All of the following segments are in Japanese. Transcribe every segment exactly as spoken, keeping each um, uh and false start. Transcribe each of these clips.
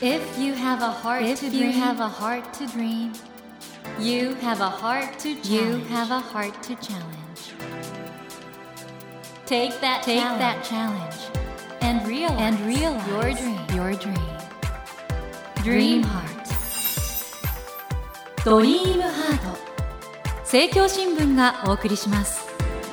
If you have a heart to dream, you have a heart to dream. You have a heart to challenge. You have a heart to challenge. Take that Take challenge. that challenge and realize, and realize your dream. Your dream. Dream Heart. ドリームハート。政教新聞がお送りします。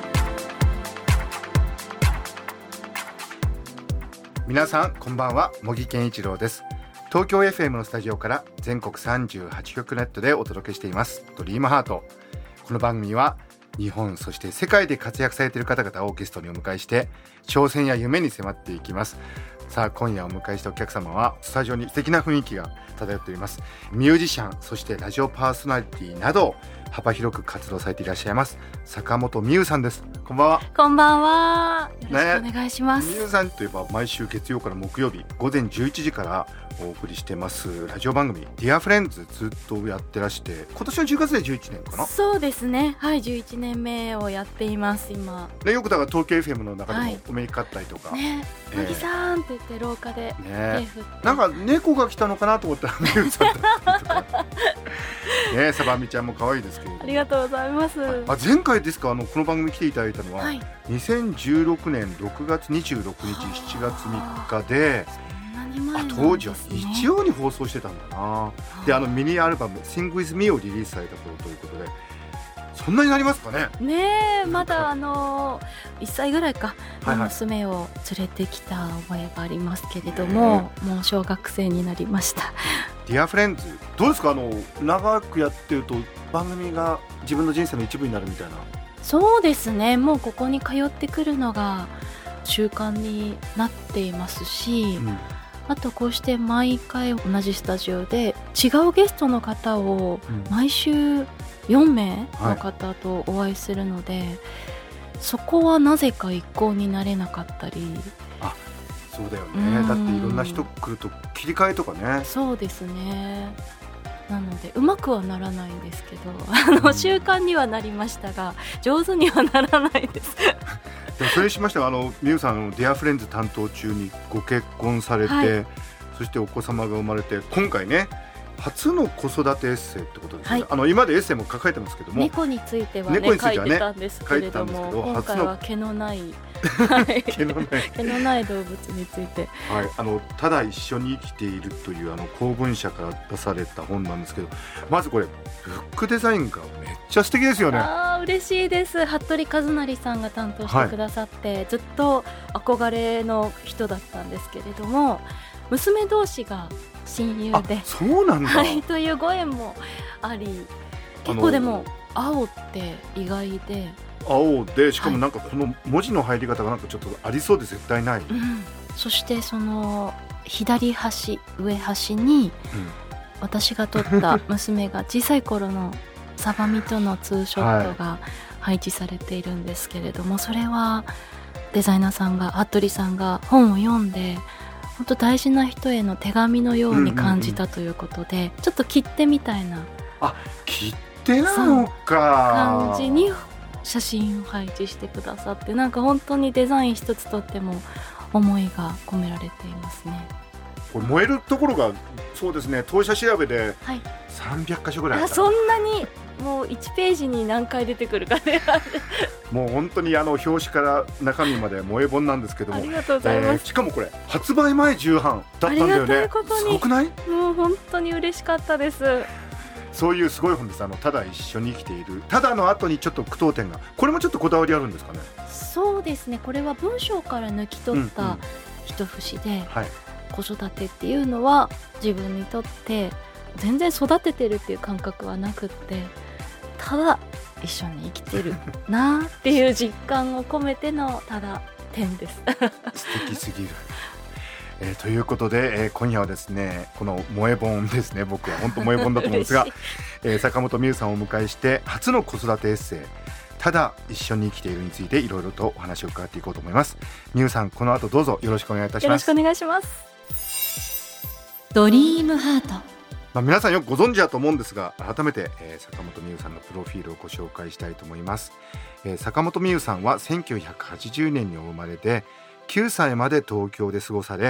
皆さんこんばんは、茂木健一郎です。東京 エフエム のスタジオから全国さんじゅうはちきょくネットでお届けしていますドリームハート。この番組は日本そして世界で活躍されている方々をゲストにお迎えして挑戦や夢に迫っていきます。さあ今夜お迎えしたお客様はスタジオに素敵な雰囲気が漂っております。ミュージシャン、そしてラジオパーソナリティなど幅広く活動されていらっしゃいます坂本美優さんです。こんばんは。 こんばんは、よろしくお願いします。 美優さんといえば毎週月曜から木曜日午前じゅういちじからお送りしてますラジオ番組 Dear Friends ずっとやってらして、今年のじゅうがつでじゅういちねんかな。 そうですね、はい、じゅういちねんめをやっています今で。よくだから東京 エフエム の中でもお目にかかったりとか、 はいね、茂木さんって言って廊下で手振って、 ね、なんか猫が来たのかなと思ったら美優さんだったりとかね、サバミちゃんも可愛いですけれども、 ありがとうございます。 あ、前回ですか、あのこの番組来ていただいたのは、はい、にせんじゅうろくねんろくがつにじゅうろくにちしちがつみっかで、あ、当時は日曜に放送してたんだな。で、あのミニアルバム Sing With Me をリリースされた頃ということで、そんなになりますかね。 ねえ、まだあのいっさいぐらいか、 はいはい、 娘を連れてきた覚えがありますけれども、もう小学生になりました。 Dear Friends どうですか、あの長くやってると番組が自分の人生の一部になるみたいな。 そうですね、もうここに通ってくるのが習慣になっていますし、うん、あとこうして毎回同じスタジオで違うゲストの方を毎週よんめいの方とお会いするので、はい、そこはなぜか一向になれなかったり。あ、 そうだよね、だっていろんな人来ると切り替えとかね。 そうですね、なのでうまくはならないんですけど、あの習慣にはなりましたが上手にはならないですでもそれにしましては、あの美優さんの Dear Friends 担当中にご結婚されて、はい、そしてお子様が生まれて、今回ね初の子育てエッセイってことですね、はい、あの今までエッセイも書かれてますけども、 猫については、ね、猫についてはね書いてたんですけれども、今回は毛のない毛のない毛のない動物について、 はい、あのただ一緒に生きているというあの公文社から出された本なんですけど、まずこれブックデザインがめっちゃ素敵ですよね。 あー、嬉しいです。服部和成さんが担当してくださって、はい、ずっと憧れの人だったんですけれども、娘同士が親友で、 そうなんだ、 はい、というご縁もあり、結構でも青って意外で、 青でしかもなんかこの文字の入り方がなんかちょっとありそうで絶対ない、うん、 そしてその左端上端に、うん、私が撮った娘が小さい頃のサバミとのツーショットが配置されているんですけれども、それはデザイナーさんが服部さんが本を読んで本当大事な人への手紙のように感じたということで、うんうんうん、ちょっと切手みたいな、 あ、切手なのか感じに写真を配置してくださって、なんか本当にデザイン一つとっても思いが込められていますね。 これ燃えるところがそうですね、当社調べでさんびゃっかしょぐらいあった、 はい、あ、そんなにもういちページに何回出てくるかねもう本当にあの表紙から中身まで萌え本なんですけども、 ありがとうございます、 えー、しかもこれ発売前重版だったんだよね。ありがたいことに、すごくない？ もう本当に嬉しかったです。 そういうすごい本です。あのただ一緒に生きている、ただの後にちょっと句読点が、これもちょっとこだわりあるんですかね。 そうですね、これは文章から抜き取った一節で、うんうん、はい、子育てっていうのは自分にとって全然育ててるっていう感覚はなくって、ただ一緒に生きてるなっていう実感を込めてのただ点です素敵すぎる、えー、ということで、えー、今夜はですねこの萌え本ですね、僕は本当萌え本だと思うんですが、えー、坂本美優さんをお迎えして初の子育てエッセイただ一緒に生きているについていろいろとお話を伺っていこうと思います。美優さん、この後どうぞよろしくお願いいたします。 よろしくお願いします。 ドリームハート、 まあ、皆さんよくご存知だと思うんですが、改めて、えー、坂本美優さんのプロフィールをご紹介したいと思います。えー、坂本美優さんはせんきゅうひゃくはちじゅうねんにお生まれで、きゅうさいまで東京で過ごされ、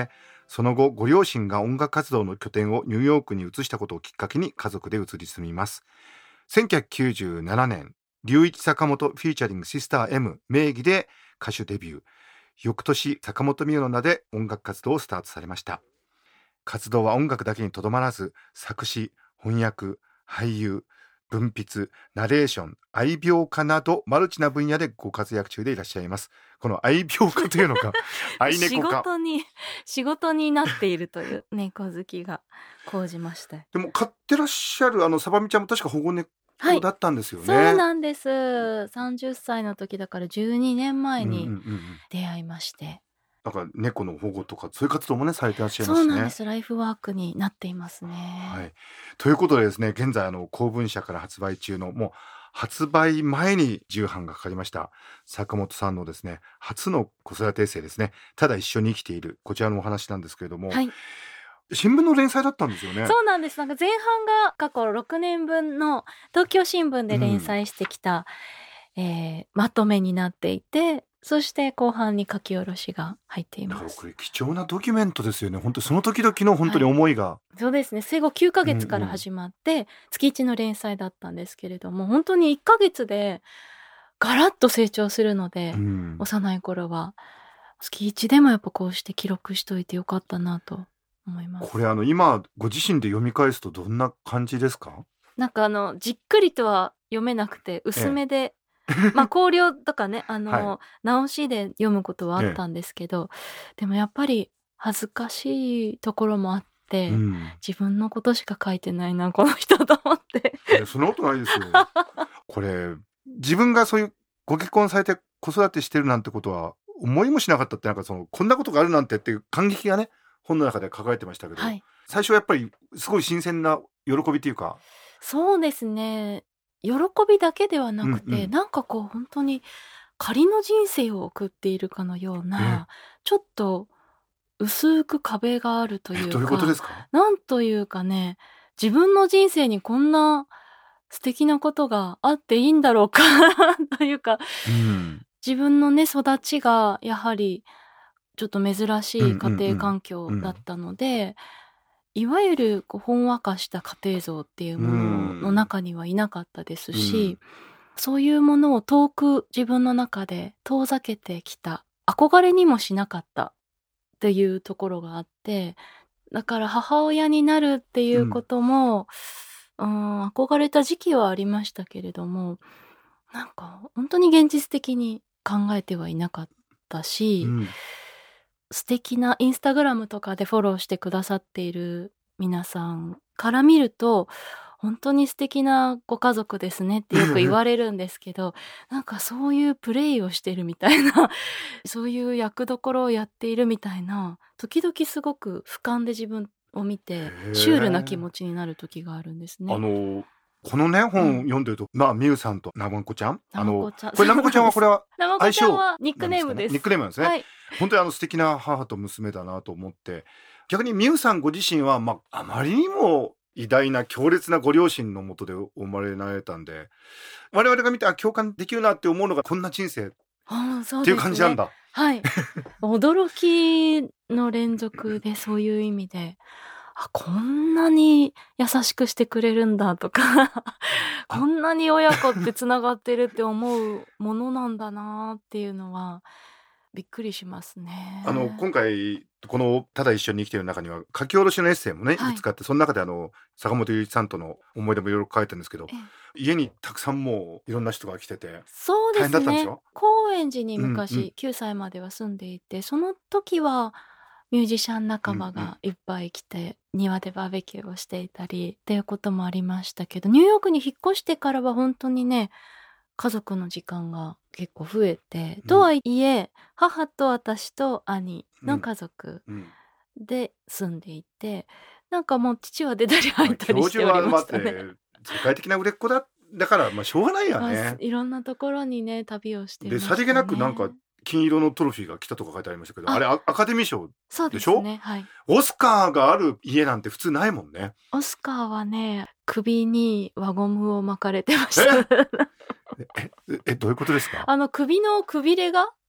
その後ご両親が音楽活動の拠点をニューヨークに移したことをきっかけに家族で移り住みます。せんきゅうひゃくきゅうじゅうななねん、龍一坂本フィーチャリングシスター M 名義で歌手デビュー。翌年坂本美代の名で音楽活動をスタートされました。活動は音楽だけにとどまらず、作詞、翻訳、俳優、文筆、ナレーション、愛病家などマルチな分野でご活躍中でいらっしゃいます。この愛病家というのか愛猫か仕事に仕事になっているという猫好きが高じました。 でも飼ってらっしゃるあのサバミちゃんも確か保護猫だったんですよね。 そうなんです。さんじゅっさいの時だからじゅうにねんまえにうんうんうんうん、 出会いまして、 なんか猫の保護とかそういう活動もねされてらっしゃいますね。 そうなんです。ライフワークになっていますね。 はい、ということでですね、現在あの公文社から発売中の、もう発売前に重版がかかりました坂本さんのですね初の子育てエッセイですね、ただ一緒に生きている、こちらのお話なんですけれども、 はい、 新聞の連載だったんですよね。 そうなんです。なんか前半が過去ろくねんぶんの東京新聞で連載してきた、うんえー、まとめになっていて、そして後半に書き下ろしが入っています。 だからこれ貴重なドキュメントですよね。本当その時々の本当に思いが、はい、そうですね。生後きゅうかげつから始まって、うんうん、月いちの連載だったんですけれども、本当にいっかげつでガラッと成長するので、うん、幼い頃は月いちでもやっぱこうして記録しといてよかったなと思います。 これあの今ご自身で読み返すとどんな感じですか？ なんかあのじっくりとは読めなくて薄めで、ええまあ考慮とかねあの、はい、直しで読むことはあったんですけど、ええ、でもやっぱり恥ずかしいところもあって、うん、自分のことしか書いてないなこの人と思ってそんなことないですよこれ自分がそういうご結婚されて子育てしてるなんてことは思いもしなかったって、なんかそのこんなことがあるなんてっていう感激がね本の中で書かれてましたけど、はい、最初はやっぱりすごい新鮮な喜びというか。 そうですね、喜びだけではなくて、うんうん、なんかこう本当に仮の人生を送っているかのような、ちょっと薄く壁があるというか、 どういうことですか？ なんというかね、自分の人生にこんな素敵なことがあっていいんだろうかというか、うん、自分のね育ちがやはりちょっと珍しい家庭環境だったので、うんうんうん、いわゆるこうほんわかした家庭像っていうものの中にはいなかったですし、うん、そういうものを遠く自分の中で遠ざけてきた、憧れにもしなかったっていうところがあって、だから母親になるっていうことも、うん、うん憧れた時期はありましたけれども、なんか本当に現実的に考えてはいなかったし、うん素敵なインスタグラムとかでフォローしてくださっている皆さんから見ると本当に素敵なご家族ですねってよく言われるんですけどなんかそういうプレイをしてるみたいなそういう役どころをやっているみたいな、時々すごく俯瞰で自分を見てシュールな気持ちになる時があるんですね。 あのこのね本読んでると、うん、まあみゆさんとなまこちゃん、あのこれなまこちゃんはこれはなまこちゃんはニックネームです。 ニックネームなんですね、 はい、 本当にあの素敵な母と娘だなと思って、逆にみゆさんご自身は、まあ、あまりにも偉大な強烈なご両親のもとで生まれられたんで、我々が見てあ共感できるなって思うのがこんな人生っていう感じなんだ、 ね、はい驚きの連続で、そういう意味であこんなに優しくしてくれるんだとかこんなに親子ってつながってるって思うものなんだなっていうのはびっくりしますね。 あの今回このただ一緒に生きている中には書き下ろしのエッセイもね、はい、見つかって、その中であの坂本龍一さんとの思い出もいろいろ書いてるんですけど、家にたくさんもういろんな人が来ててそうですね、 大変だったんでしょ？ 高円寺に昔、うんうん、きゅうさいまでは住んでいて、その時はミュージシャン仲間がいっぱい来て、うんうん、庭でバーベキューをしていたりっていうこともありましたけど、ニューヨークに引っ越してからは本当にね家族の時間が結構増えて、うん、とはいえ母と私と兄の家族で住んでいて、うんうん、なんかもう父は出たり入ったりしておりましたね。 教授は待って世界的な売れっ子だだからまあしょうがないよね、 まあ、いろんなところにね旅をしていましたね。 でさりげなくなんか金色のトロフィーが来たとか書いてありましたけど、 あ, あれアカデミー賞でしょ？ そうですね、はい、 オスカーがある家なんて普通ないもんね。 オスカーはね首に輪ゴムを巻かれてましたえええどういうことですか？ あの首のくびれが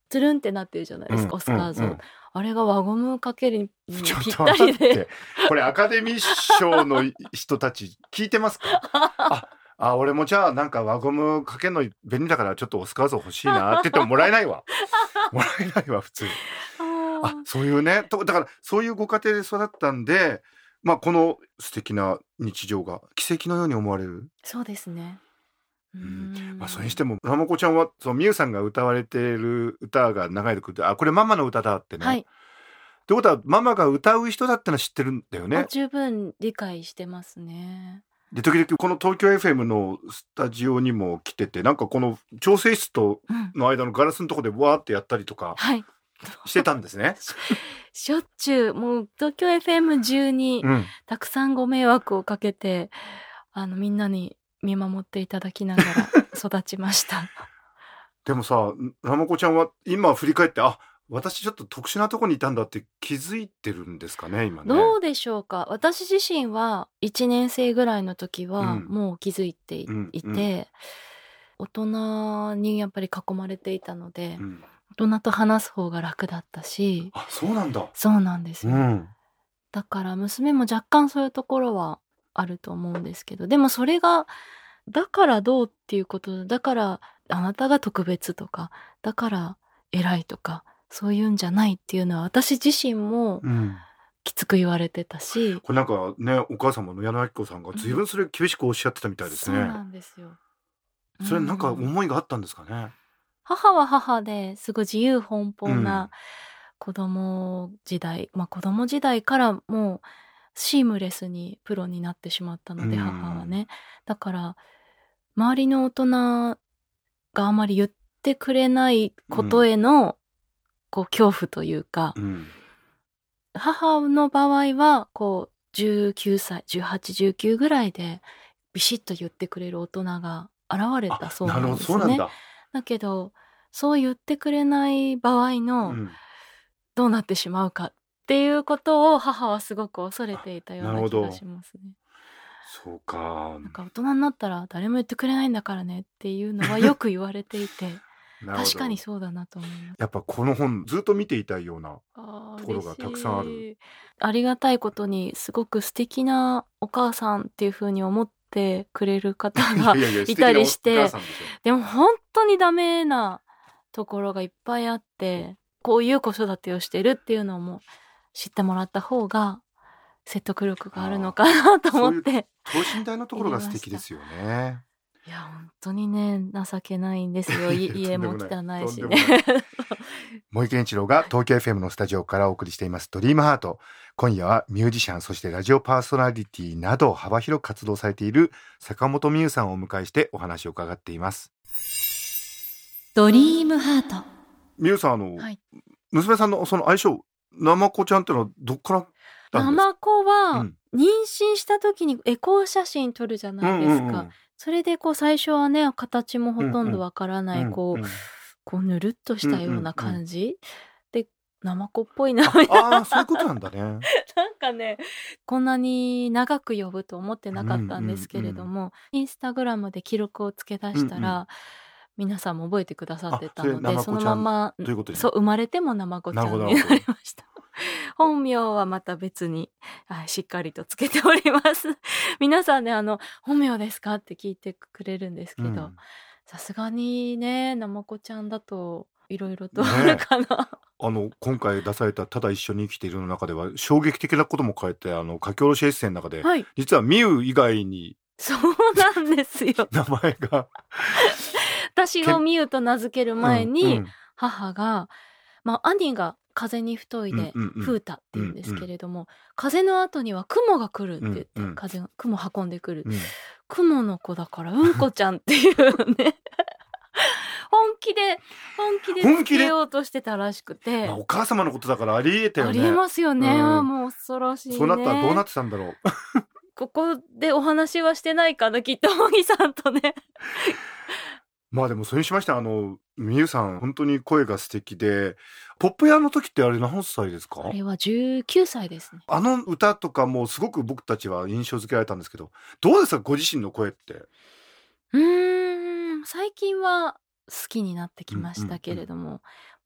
つるんってなってるじゃないですか、 うんオスカー像、 うんうんあれが輪ゴムかけるにちょっぴっと待ったりでてこれアカデミー賞の人たち聞いてますかああ俺もじゃあなんか輪ゴムかけるの便利だからちょっとオスカー像欲しいなって言ってももらえないわもらえないわ普通あそういうねとだからそういうご家庭で育ったんでまあこの素敵な日常が奇跡のように思われる。 そうですね。うーんまあ、それにしてもなまこちゃんはそのみゆさんが歌われている歌が流れてくるとあこれママの歌だってね、 はい、 ってことはママが歌う人だってのは知ってるんだよね。 十分理解してますね。 で時々この東京 エフエム のスタジオにも来ててなんかこの調整室との間のガラスのところでわーってやったりとかはいしてたんですね。 しょっちゅうもう東京 エフエム 中にうん、 たくさんご迷惑をかけてあのみんなに見守っていただきながら育ちましたでもさなまこちゃんは今振り返ってあ私ちょっと特殊なとこにいたんだって気づいてるんですかね今ね。 どうでしょうか。私自身はいちねん生ぐらいの時はうんもう気づいていて、 うんうん大人にやっぱり囲まれていたので、 うん、 大人と話す方が楽だったし。 あそうなんだ。 そうなんですよ、 うん、 だから娘も若干そういうところはあると思うんですけど、でもそれがだからどうっていうことだからあなたが特別とかだから偉いとかそういうんじゃないっていうのは私自身もうんきつく言われてたし、 これなんかねお母様の矢野明子さんが随分それ厳しくおっしゃってたみたいですね。 そうなんですよ。 それなんかうん思いがあったんですかね。 母は母ですごい自由奔放うんな子供時代、まあ子供時代からもうシームレスにプロになってしまったので、 うん母はね。だから周りの大人があまり言ってくれないことへのこう恐怖というか、 うん母の場合はこうじゅうきゅうさいじゅうはち、じゅうきゅうぐらいでビシッと言ってくれる大人が現れたそうなんですね。 なるほどそうなんだ。 だけどそう言ってくれない場合の、 うんどうなってしまうかっていうことを母はすごく恐れていたような気がしますね。 そうか。 なんか大人になったら誰も言ってくれないんだからねっていうのはよく言われていてなるほど確かにそうだなと思います。 やっぱこの本ずっと見ていたいようなあところがたくさんある。 嬉しい。ありがたいことにすごく素敵なお母さんっていう風に思ってくれる方がいやいやいたりして素敵なお母さんですよ。 でも本当にダメなところがいっぱいあってこういう子育てをしてるっていうのも知ってもらった方が説得力があるのかなと思って等身大のところが素敵ですよね。 いや本当にね情けないんですよ。い家も汚いしとんでもね森健一郎が東京 エフエム のスタジオからお送りしていますドリームハート。今夜はミュージシャンそしてラジオパーソナリティなど幅広く活動されている坂本美優さんをお迎えしてお話を伺っています。 ドリームハート。 美優さんあの、 はい、 娘さんのその相性なまこちゃんってのはどっからなまこはうん妊娠した時にエコー写真撮るじゃないですか、 うんうんうん、 それでこう最初はね形もほとんどわからない、 うんうん、 こう、 うんうん、 こうぬるっとしたような感じ、うんうんうん、でなまこっぽいなみたいな。 ああそういうことなんだねなんかねこんなに長く呼ぶと思ってなかったんですけれども、うんうんうん、インスタグラムで記録をつけ出したら、うんうん、皆さんも覚えてくださってたので そ, そのままそう生まれてもなまこちゃんになりました本名はまた別に、はい、しっかりとつけております皆さんねあの本名ですかって聞いてくれるんですけど、さすがにねなまこちゃんだといろいろとあるかな、ね、 あの今回出されたただ一緒に生きているの中では衝撃的なことも書いてあの書き下ろしエッセイの中で、はい、実はミユ以外にそうなんですよ名前が私をミユと名付ける前に、うんうん、母が、まあ、兄が風に太いで、うんうんうん、風太って言うんですけれども、うんうん、風の後には雲が来るって言って、うんうん、風雲運んでくる、うん、雲の子だからうんこちゃんっていうね本気で本気でつけようとしてたらしくて、 まあ、お母様のことだからありえたよね。 ありえますよね、うん、もう恐ろしいね。 そうなったらどうなってたんだろうここでお話はしてないかなきっと小木さんとねまあでもそれにしましてあのみゆさん本当に声が素敵で、ポップ屋の時ってあれ何歳ですか？ あれはじゅうきゅうさいですね。 あの歌とかもすごく僕たちは印象付けられたんですけど、どうですかご自身の声って？ うーん最近は好きになってきましたけれども、うんうんうん、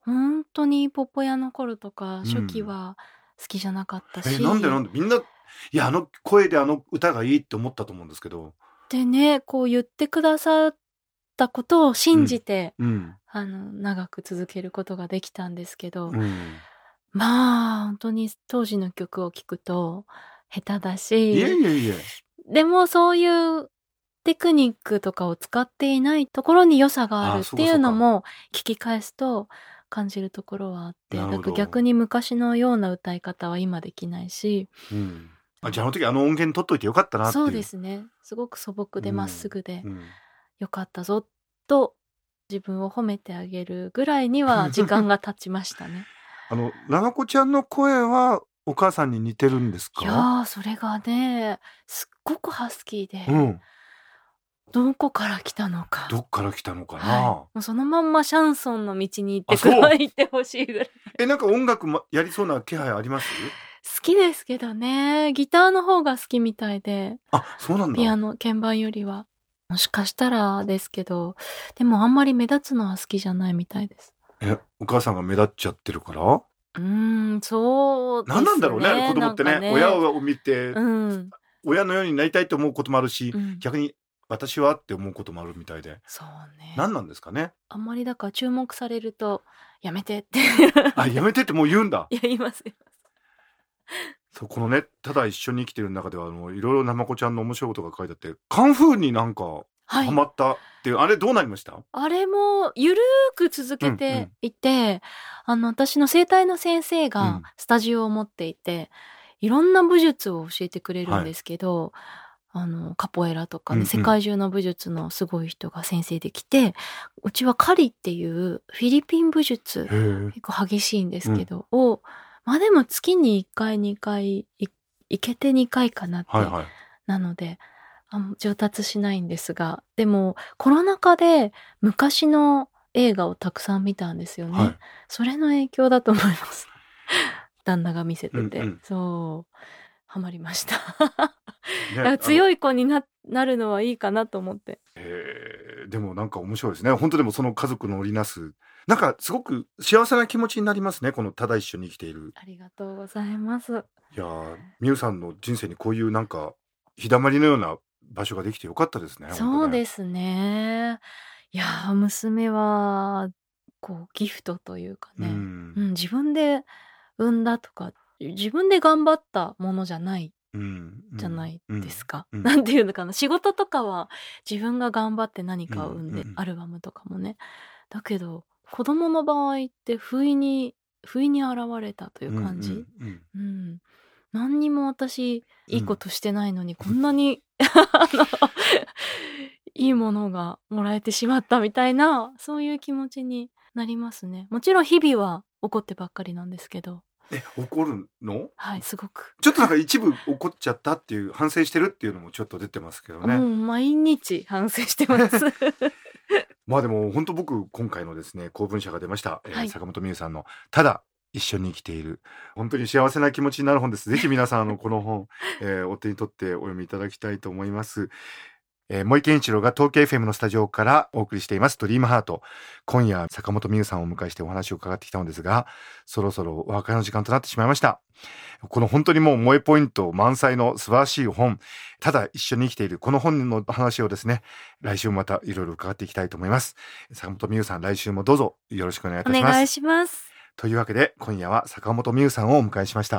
本当にポッポ屋の頃とか初期は好きじゃなかったし、 えなんでなんでみんないやあの声であの歌がいいって思ったと思うんですけど、 でね、こう言ってくださったことを信じて、 うんあの長く続けることができたんですけど、 うん、 まあ本当に当時の曲を聴くと下手だし、 いえいえいえ、 でもそういうテクニックとかを使っていないところに良さがあるっていうのも聞き返すと感じるところはあって、 なるほどだから逆に昔のような歌い方は今できないし、 うんあじゃああの時あの音源取っといてよかったなっていう。 そうですね、すごく素朴でまっすぐでうんよかったぞと自分を褒めてあげるぐらいには時間が経ちましたね。 あのななこちゃんの声はお母さんに似てるんですか？ いやーそれがねすっごくハスキーで、 うん、 どこから来たのか、 どっから来たのかな、 はい、もうそのまんまシャンソンの道に行ってあそうくだいてほしいぐらいえなんか音楽もやりそうな気配あります？ 好きですけどね、ギターの方が好きみたいで、 あそうなんだ。 ピアノ鍵盤よりはもしかしたらですけど、でもあんまり目立つのは好きじゃないみたいです。 えお母さんが目立っちゃってるから？ うーんそうですね。 何なんだろうね子供って ね, ね親を見て、 うん、 親のようになりたいと思うこともあるし、 うん、 逆に私はって思うこともあるみたいで、 そうね、 何なんですかね。 あんまりだから注目されるとやめてってあやめてってもう言うんだ。 いや言いますよ。 そうこのねただ一緒に生きてる中ではあのいろいろなまこちゃんの面白いことが書いてあって、カンフーになんかはいハマったっていう、あれどうなりました？ あれもゆるーく続けていて、うんうん、あの私の整体の先生がスタジオを持っていて、いろんな武術を教えてくれるんですけど、はい、あのカポエラとかね、うんうん、世界中の武術のすごい人が先生で来て、うちはカリっていうフィリピン武術結構激しいんですけど、うん、をまあでも月にいっかいにかいい行けてにかいかなって、はいはい、なので上達しないんですが、でもコロナ禍で昔の映画をたくさん見たんですよね、はい、それの影響だと思います旦那が見せてて、うんうん、そうハマりましたね、強い子に な, なるのはいいかなと思って。 へでもなんか面白いですね本当。でもその家族の織りなすなんかすごく幸せな気持ちになりますね、このただ一緒に生きている。 ありがとうございます。いやみゆさんの人生にこういうなんか日だまりのような場所ができてよかったですね。 そうですね。いや娘はこうギフトというかね、うんうん、自分で産んだとか自分で頑張ったものじゃないじゃないですか、うんうん、なんていうのかな、仕事とかは自分が頑張って何かを産んで、うんうん、アルバムとかもね、だけど子供の場合って不意に不意に現れたという感じ、うんうんうんうん、何にも私いいことしてないのに、うん、こんなにあのいいものがもらえてしまったみたいな、そういう気持ちになりますね。もちろん日々は怒ってばっかりなんですけど。 え怒るの？ はい、すごくちょっとなんか一部怒っちゃったっていう反省してるっていうのもちょっと出てますけどね。 もう毎日反省してますまあでも本当僕今回のですね公文社が出ました、はい、えー、坂本美優さんのただ一緒に生きている、本当に幸せな気持ちになる本です。ぜひ皆さんあのこの本、えー、お手に取ってお読みいただきたいと思います。えー、森健一郎が東京 エフエム のスタジオからお送りしていますドリームハート。今夜坂本美優さんをお迎えしてお話を伺ってきたのですが、そろそろお別れの時間となってしまいました。この本当にもう萌えポイント満載の素晴らしい本、ただ一緒に生きているこの本の話をですね、来週もまたいろいろ伺っていきたいと思います。坂本美優さん、来週もどうぞよろしくお願いいたします。 お願いします。 というわけで今夜は坂本美優さんをお迎えしました。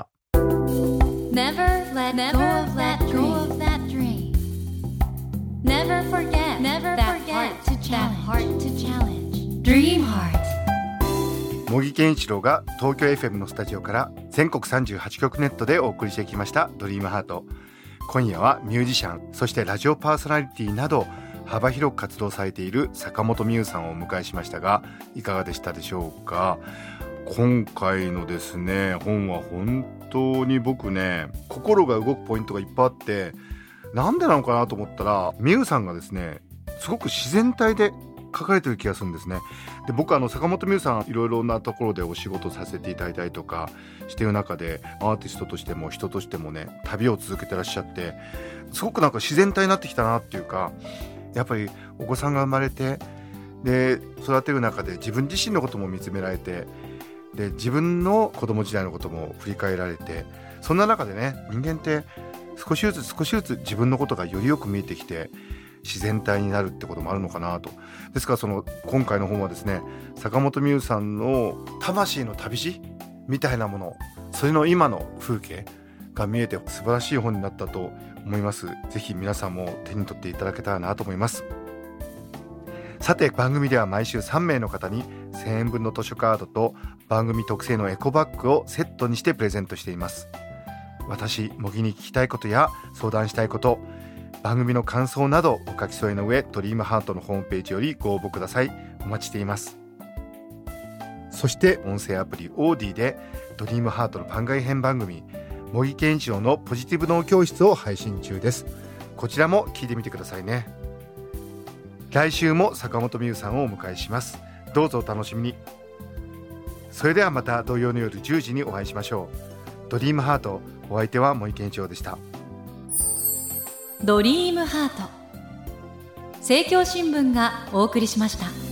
Never let go of that dream. Never forget Never that forget heart to challenge. Dream Heart. 茂木健一郎が東京 エフエム のスタジオから全国さんじゅうはちきょくネットでお送りしてきましたドリームハート。今夜はミュージシャン、そしてラジオパーソナリティなど幅広く活動されている坂本美優さんをお迎えしましたが、いかがでしたでしょうか。今回のですね本は本当に僕ね心が動くポイントがいっぱいあって、なんでなのかなと思ったら美優さんがですねすごく自然体で書かれてる気がするんですね。で僕あの坂本美優さんいろいろなところでお仕事させていただいたりとかしている中で、アーティストとしても人としてもね旅を続けてらっしゃって、すごくなんか自然体になってきたなっていうか、やっぱりお子さんが生まれてで育てる中で自分自身のことも見つめられて、で自分の子供時代のことも振り返られて、そんな中でね、人間って少しずつ少しずつ自分のことがよりよく見えてきて自然体になるってこともあるのかなと。ですからその今回の本はですね、坂本美雨さんの魂の旅路みたいなもの、それの今の風景が見えて素晴らしい本になったと思います。ぜひ皆さんも手に取っていただけたらなと思います。さて、番組では毎週さんめいの方にせんえんぶんの図書カードと番組特製のエコバッグをセットにしてプレゼントしています。私茂木に聞きたいことや相談したいこと、番組の感想などお書き添えの上、ドリームハートのホームページよりご応募ください。お待ちしています。そして音声アプリオーディでドリームハートの番外編番組、茂木健一郎のポジティブ脳教室を配信中です。こちらも聞いてみてくださいね。来週も坂本美雨さんをお迎えします。どうぞお楽しみに。それではまた土曜の夜じゅうじにお会いしましょう。ドリームハート、お相手は茂木健一郎でした。 ドリームハート、政教新聞がお送りしました。